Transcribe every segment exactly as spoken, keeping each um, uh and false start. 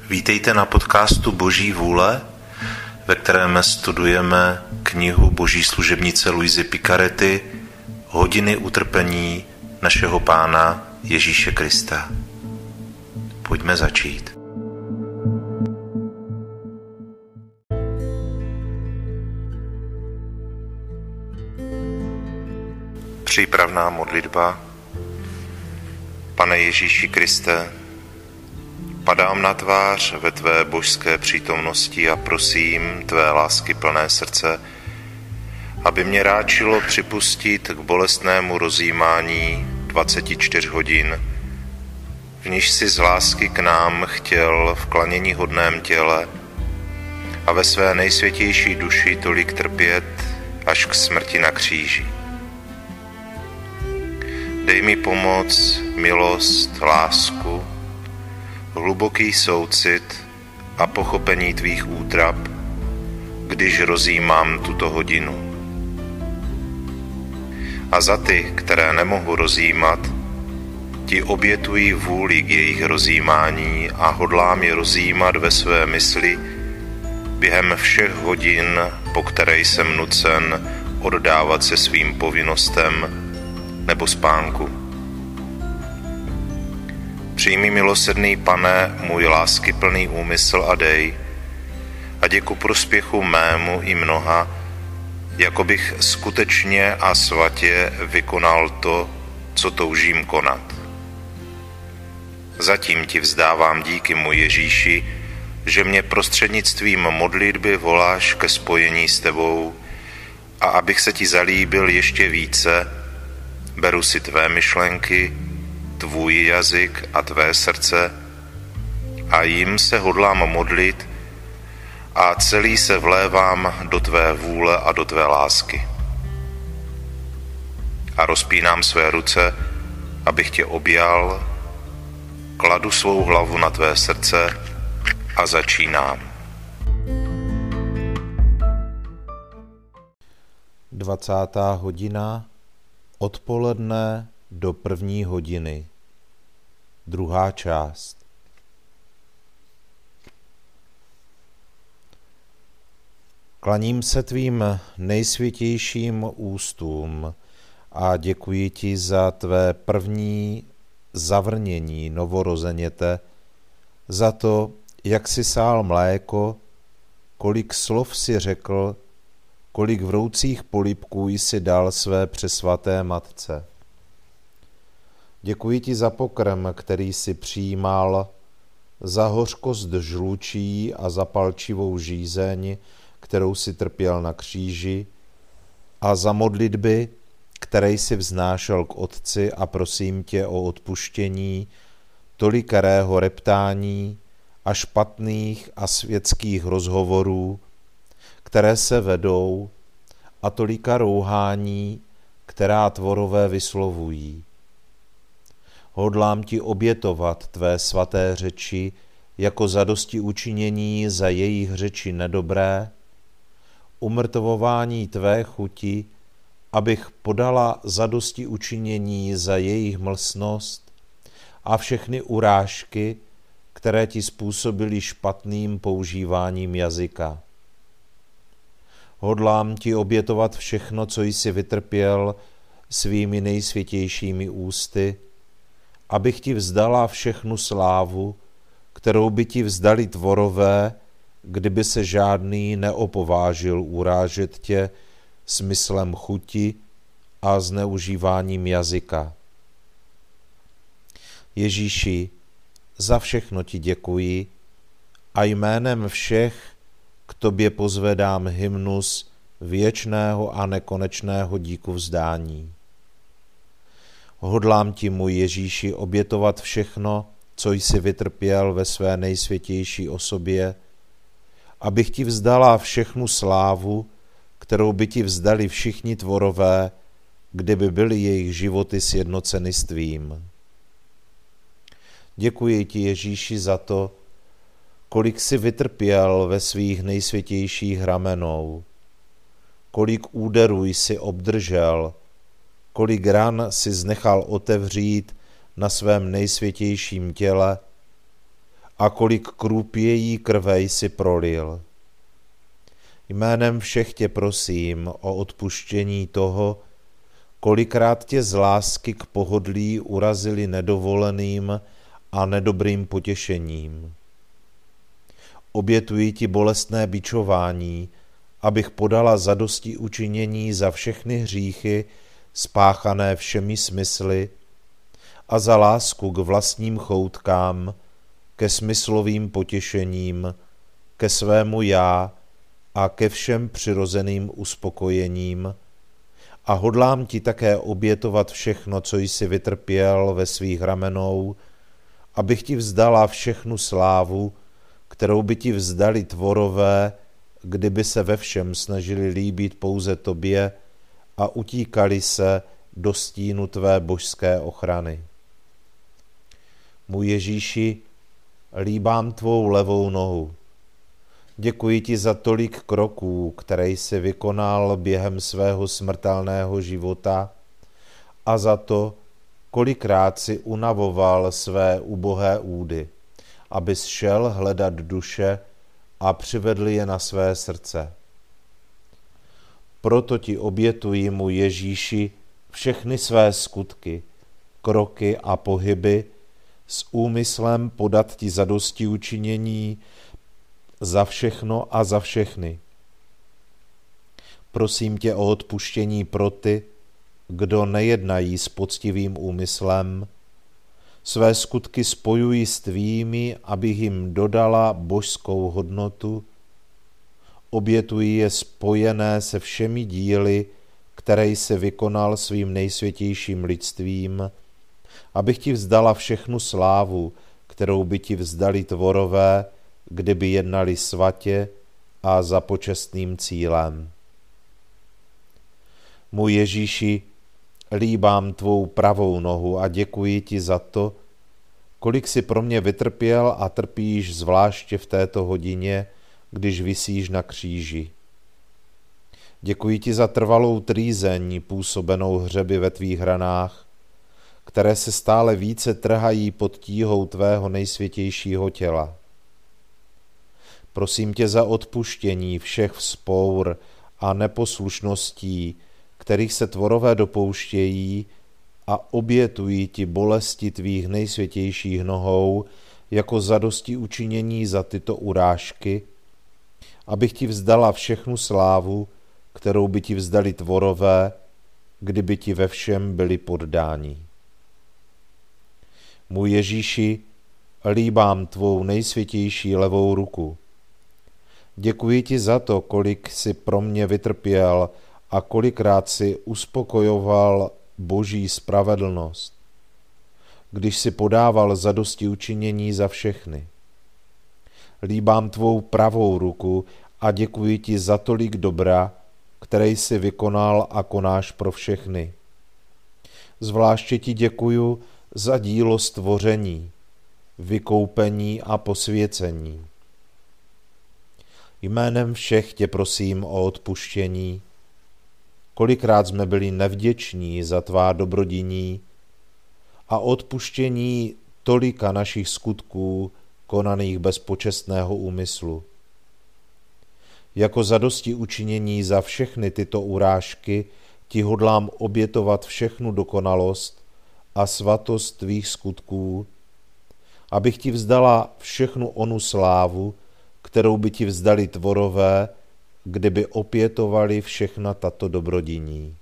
Vítejte na podcastu Boží vůle, ve kterém studujeme knihu Boží služebnice Luisy Picarety Hodiny utrpení našeho Pána Ježíše Krista. Pojďme začít. Přípravná modlitba. Pane Ježíši Kriste, padám na tvář ve tvé božské přítomnosti a prosím tvé lásky plné srdce, aby mě ráčilo připustit k bolestnému rozjímání dvacet čtyři hodin, v níž si z lásky k nám chtěl v klanění hodném těle a ve své nejsvětější duši tolik trpět až k smrti na kříži. Dej mi pomoc, milost, lásku, hluboký soucit a pochopení tvých útrap, když rozjímám tuto hodinu. A za ty, které nemohu rozjímat, ti obětuji vůli k jejich rozjímání a hodlám je rozjímat ve své mysli během všech hodin, po které jsem nucen oddávat se svým povinnostem nebo spánku. Přijmi, milosrdný Pane, můj láskyplný úmysl a dej, ať je ku prospěchu mému i mnoha, jako bych skutečně a svatě vykonal to, co toužím konat. Zatím ti vzdávám díky, můj Ježíši, že mě prostřednictvím modlitby voláš ke spojení s tebou a abych se ti zalíbil ještě více, beru si tvé myšlenky, tvůj jazyk a tvé srdce a jim se hodlám modlit a celý se vlévám do tvé vůle a do tvé lásky. A rozpínám své ruce, abych tě objal, kladu svou hlavu na tvé srdce a začínám. Dvacátá hodina, odpoledne do první hodiny. Druhá část. Klaním se tvým nejsvětějším ústům a děkuji ti za tvé první zavrnění novorozeněte, za to, jak si sál mléko, kolik slov si řekl, kolik vroucích polibků jsi dal své přesvaté matce. Děkuji ti za pokrm, který jsi přijímal, za hořkost žlučí a za palčivou žízeň, kterou si trpěl na kříži, a za modlitby, které jsi vznášel k Otci a prosím tě o odpuštění tolikarého reptání a špatných a světských rozhovorů, které se vedou, a tolika rouhání, která tvorové vyslovují. Hodlám ti obětovat tvé svaté řeči jako zadosti učinění za jejich řeči nedobré, umrtvování tvé chuti, abych podala zadosti učinění za jejich mlsnost a všechny urážky, které ti způsobily špatným používáním jazyka. Hodlám ti obětovat všechno, co jsi vytrpěl svými nejsvětějšími ústy, abych ti vzdala všechnu slávu, kterou by ti vzdali tvorové, kdyby se žádný neopovážil urážet tě smyslem chuti a zneužíváním jazyka. Ježíši, za všechno ti děkuji a jménem všech k tobě pozvedám hymnus věčného a nekonečného díku vzdání. Hodlám ti, můj Ježíši, obětovat všechno, co jsi vytrpěl ve své nejsvětější osobě, abych ti vzdala všechnu slávu, kterou by ti vzdali všichni tvorové, kdyby byly jejich životy sjednoceny s tvým. Děkuji ti, Ježíši, za to, kolik jsi vytrpěl ve svých nejsvětějších ramenou, kolik úderů jsi obdržel, kolik ran jsi znechal otevřít na svém nejsvětějším těle a kolik krupějí krve jsi prolil. Jménem všech tě prosím o odpuštění toho, kolikrát tě z lásky k pohodlí urazili nedovoleným a nedobrým potěšením. Obětuji ti bolestné bičování, abych podala zadosti učinění za všechny hříchy spáchané všemi smysly a za lásku k vlastním choutkám, ke smyslovým potěšením, ke svému já a ke všem přirozeným uspokojením, a hodlám ti také obětovat všechno, co jsi vytrpěl ve svých ramenou, abych ti vzdala všechnu slávu, kterou by ti vzdali tvorové, kdyby se ve všem snažili líbit pouze tobě a utíkali se do stínu tvé božské ochrany. Můj Ježíši, líbám tvou levou nohu. Děkuji ti za tolik kroků, které jsi vykonal během svého smrtelného života, a za to, kolikrát si unavoval své ubohé údy, abys šel hledat duše a přivedl je na své srdce. Proto ti obětuji, můj Ježíši, všechny své skutky, kroky a pohyby s úmyslem podat ti zadostiučinění za všechno a za všechny. Prosím tě o odpuštění pro ty, kdo nejednají s poctivým úmyslem, své skutky spojuji s tvými, abych jim dodala božskou hodnotu, obětuji je spojené se všemi díly, které jsi vykonal svým nejsvětějším lidstvím, abych ti vzdala všechnu slávu, kterou by ti vzdali tvorové, kdyby jednali svatě a za počestným cílem. Můj Ježíši, líbám tvou pravou nohu a děkuji ti za to, kolik jsi pro mě vytrpěl a trpíš zvláště v této hodině, když visíš na kříži. Děkuji ti za trvalou trýzeň působenou hřeby ve tvých ranách, které se stále více trhají pod tíhou tvého nejsvětějšího těla. Prosím tě za odpuštění všech vzpour a neposlušností, kterých se tvorové dopouštějí, a obětují ti bolesti tvých nejsvětějších nohou jako zadosti učinění za tyto urážky, abych ti vzdala všechnu slávu, kterou by ti vzdali tvorové, kdyby ti ve všem byli poddáni. Můj Ježíši, líbám tvou nejsvětější levou ruku. Děkuji ti za to, kolik jsi pro mě vytrpěl a kolikrát si uspokojoval boží spravedlnost, když si podával zadostiučinění za všechny. Líbám tvou pravou ruku a děkuji ti za tolik dobra, které jsi vykonal a konáš pro všechny. Zvláště ti děkuju za dílo stvoření, vykoupení a posvěcení. Jménem všech tě prosím o odpuštění. Kolikrát jsme byli nevděční za tvá dobrodiní a odpuštění tolika našich skutků konaných bez počestného úmyslu. Jako zadosti učinění za všechny tyto urážky ti hodlám obětovat všechnu dokonalost a svatost tvých skutků, abych ti vzdala všechnu onu slávu, kterou by ti vzdali tvorové, kdyby opětovali všechna tato dobrodiní.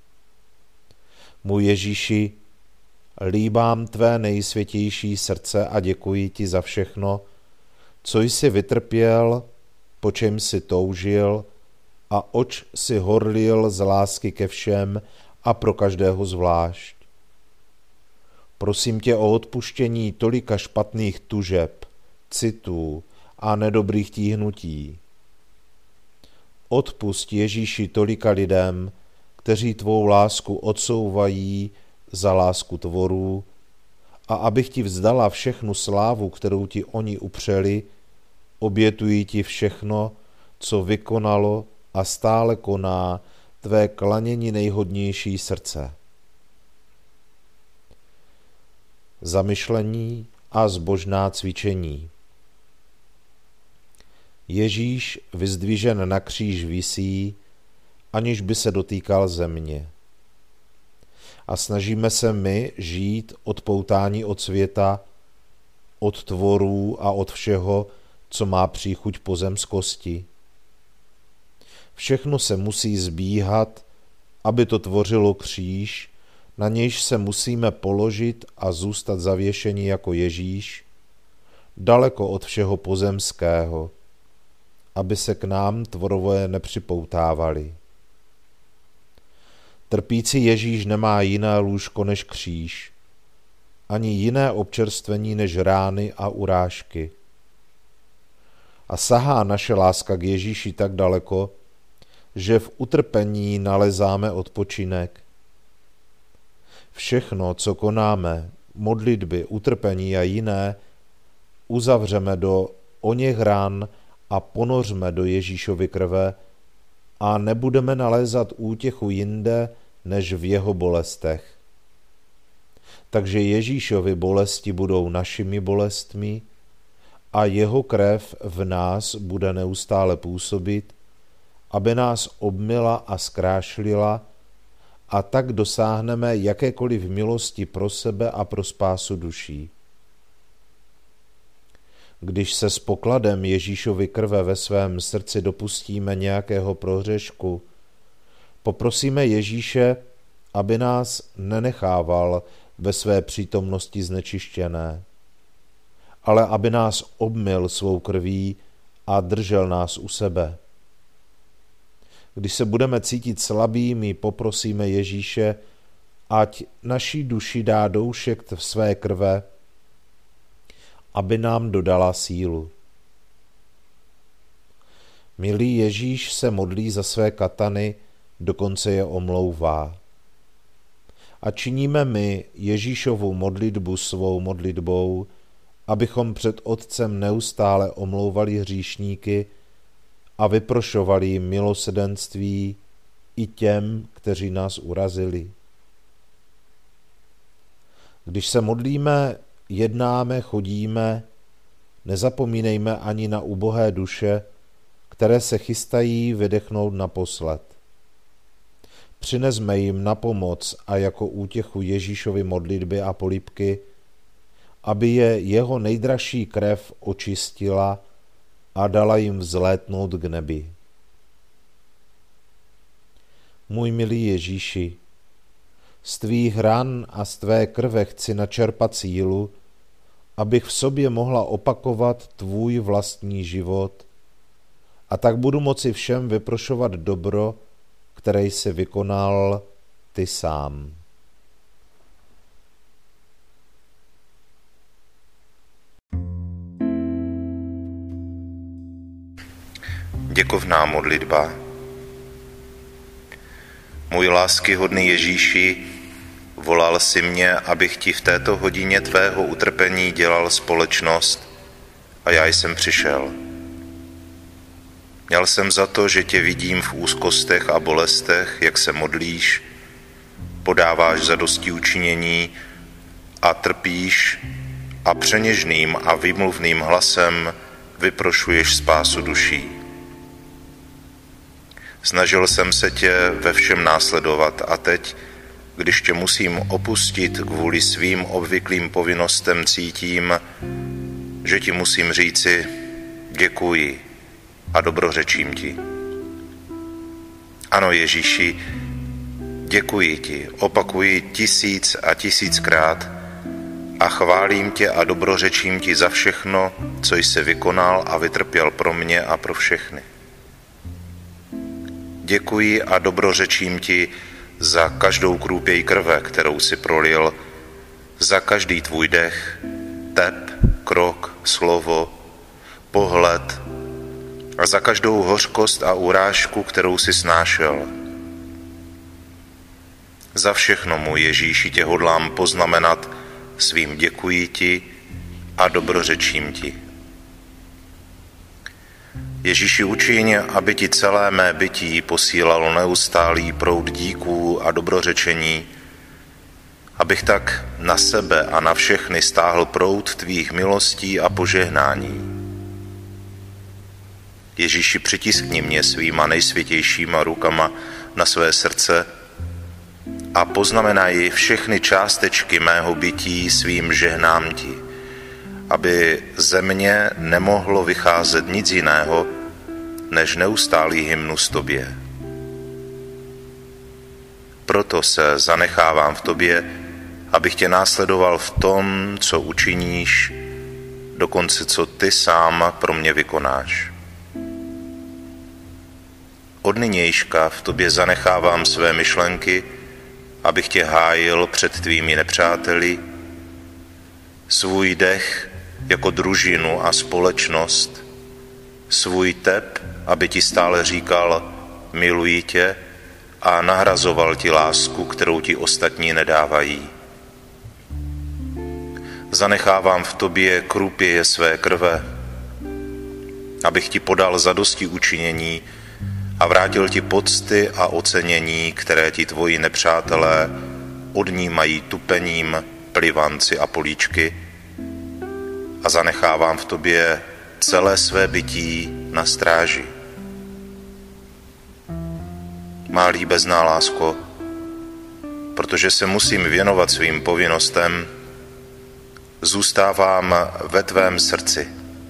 Můj Ježíši, líbám tvé nejsvětější srdce a děkuji ti za všechno, co jsi vytrpěl, po čem jsi toužil a oč si horlil z lásky ke všem a pro každého zvlášť. Prosím tě o odpuštění tolika špatných tužeb, citů a nedobrých tíhnutí. Odpusť Ježíši tolika lidem, kteří tvou lásku odsouvají za lásku tvorů, a abych ti vzdala všechnu slávu, kterou ti oni upřeli, obětuji ti všechno, co vykonalo a stále koná tvé klanění nejhodnější srdce. Zamyšlení a zbožná cvičení. Ježíš vyzdvižen na kříž visí, aniž by se dotýkal země. A snažíme se my žít odpoutání od světa, od tvorů a od všeho, co má příchuť pozemskosti. Všechno se musí zbíhat, aby to tvořilo kříž, na nějž se musíme položit a zůstat zavěšeni jako Ježíš, daleko od všeho pozemského, aby se k nám tvorové nepřipoutávali. Trpící Ježíš nemá jiné lůžko než kříž, ani jiné občerstvení než rány a urážky. A sahá naše láska k Ježíši tak daleko, že v utrpení nalezáme odpočinek. Všechno, co konáme, modlitby, utrpení a jiné, uzavřeme do oněch rán a ponořme do Ježíšovy krve a nebudeme nalézat útěchu jinde, než v jeho bolestech. Takže Ježíšovy bolesti budou našimi bolestmi a jeho krev v nás bude neustále působit, aby nás obmyla a zkrášlila, a tak dosáhneme jakékoliv milosti pro sebe a pro spásu duší. Když se s pokladem Ježíšovy krve ve svém srdci dopustíme nějakého prohřešku, poprosíme Ježíše, aby nás nenechával ve své přítomnosti znečištěné, ale aby nás obmyl svou krví a držel nás u sebe. Když se budeme cítit slabými, poprosíme Ježíše, ať naší duši dá doušek v své krve, aby nám dodala sílu. Milý Ježíš se modlí za své katany, dokonce je omlouvá. A činíme my Ježíšovu modlitbu svou modlitbou, abychom před Otcem neustále omlouvali hříšníky a vyprošovali jim milosrdenství i těm, kteří nás urazili. Když se modlíme, jednáme, chodíme, nezapomínejme ani na ubohé duše, které se chystají vydechnout naposled. Přinesme jim na pomoc a jako útěchu Ježíšovy modlitby a polibky, aby je jeho nejdražší krev očistila a dala jim vzlétnout k nebi. Můj milý Ježíši, z tvých ran a z tvé krve chci načerpat sílu, abych v sobě mohla opakovat tvůj vlastní život, a tak budu moci všem vyprošovat dobro, které jsi vykonal ty sám. Děkovná modlitba. Můj láskyhodný Ježíši, volal si mě, abych ti v této hodině tvého utrpení dělal společnost, a já jsem přišel. Měl jsem za to, že tě vidím v úzkostech a bolestech, jak se modlíš, podáváš zadostiučinění a trpíš a přeněžným a výmluvným hlasem vyprošuješ spásu duší. Snažil jsem se tě ve všem následovat a teď, když tě musím opustit kvůli svým obvyklým povinnostem, cítím, že ti musím říci děkuji a dobrořečím ti. Ano, Ježíši, děkuji ti, opakuji tisíc a tisíckrát a chválím tě a dobrořečím ti za všechno, co jsi vykonal a vytrpěl pro mě a pro všechny. Děkuji a dobrořečím ti za každou krůpěj krve, kterou si prolil, za každý tvůj dech, tep, krok, slovo, pohled a za každou hořkost a urážku, kterou si snášel. Za všechno, můj Ježíši, tě hodlám poznamenat svým děkuji ti a dobrořečím ti. Ježíši, učiň, aby ti celé mé bytí posílalo neustálý proud díků a dobrořečení, abych tak na sebe a na všechny stáhl proud tvých milostí a požehnání. Ježíši, přitiskni mě svýma nejsvětějšíma rukama na své srdce a poznamenaj všechny částečky mého bytí svým žehnám ti, aby ze mě nemohlo vycházet nic jiného, než neustálý hymnus tobě. Proto se zanechávám v tobě, abych tě následoval v tom, co učiníš, dokonce co ty sám pro mě vykonáš. Od nynějška v tobě zanechávám své myšlenky, abych tě hájil před tvými nepřáteli, svůj dech jako družinu a společnost, svůj tep, aby ti stále říkal miluji tě a nahrazoval ti lásku, kterou ti ostatní nedávají. Zanechávám v tobě krupěje své krve, abych ti podal zadosti učinění a vrátil ti pocty a ocenění, které ti tvoji nepřátelé odnímají tupením, plivanci a políčky, a zanechávám v tobě celé své bytí na stráži. Má líbezná lásko, protože se musím věnovat svým povinnostem, zůstávám ve tvém srdci.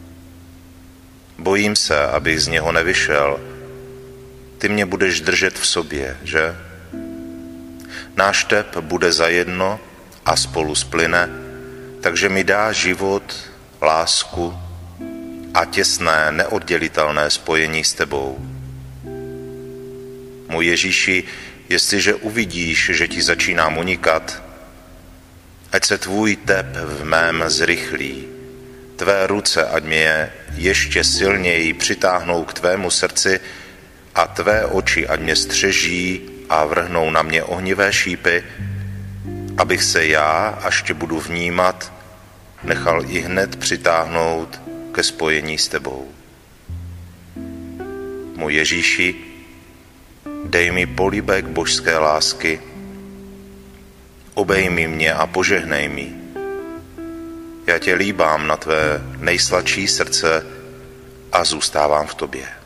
Bojím se, abych z něho nevyšel. Ty mě budeš držet v sobě, že? Náš tep bude zajedno a spolu splyne, takže mi dá život, lásku a těsné, neoddělitelné spojení s tebou. Můj Ježíši, jestliže uvidíš, že ti začínám unikat, ať se tvůj tep v mém zrychlí, tvé ruce ať mě ještě silněji přitáhnou k tvému srdci a tvé oči ať mě střeží a vrhnou na mě ohnivé šípy, abych se já, až tě budu vnímat, nechal i hned přitáhnout ke spojení s tebou. Můj Ježíši, dej mi polibek božské lásky, obejmi mě a požehnej mi. Já tě líbám na tvé nejsladší srdce a zůstávám v tobě.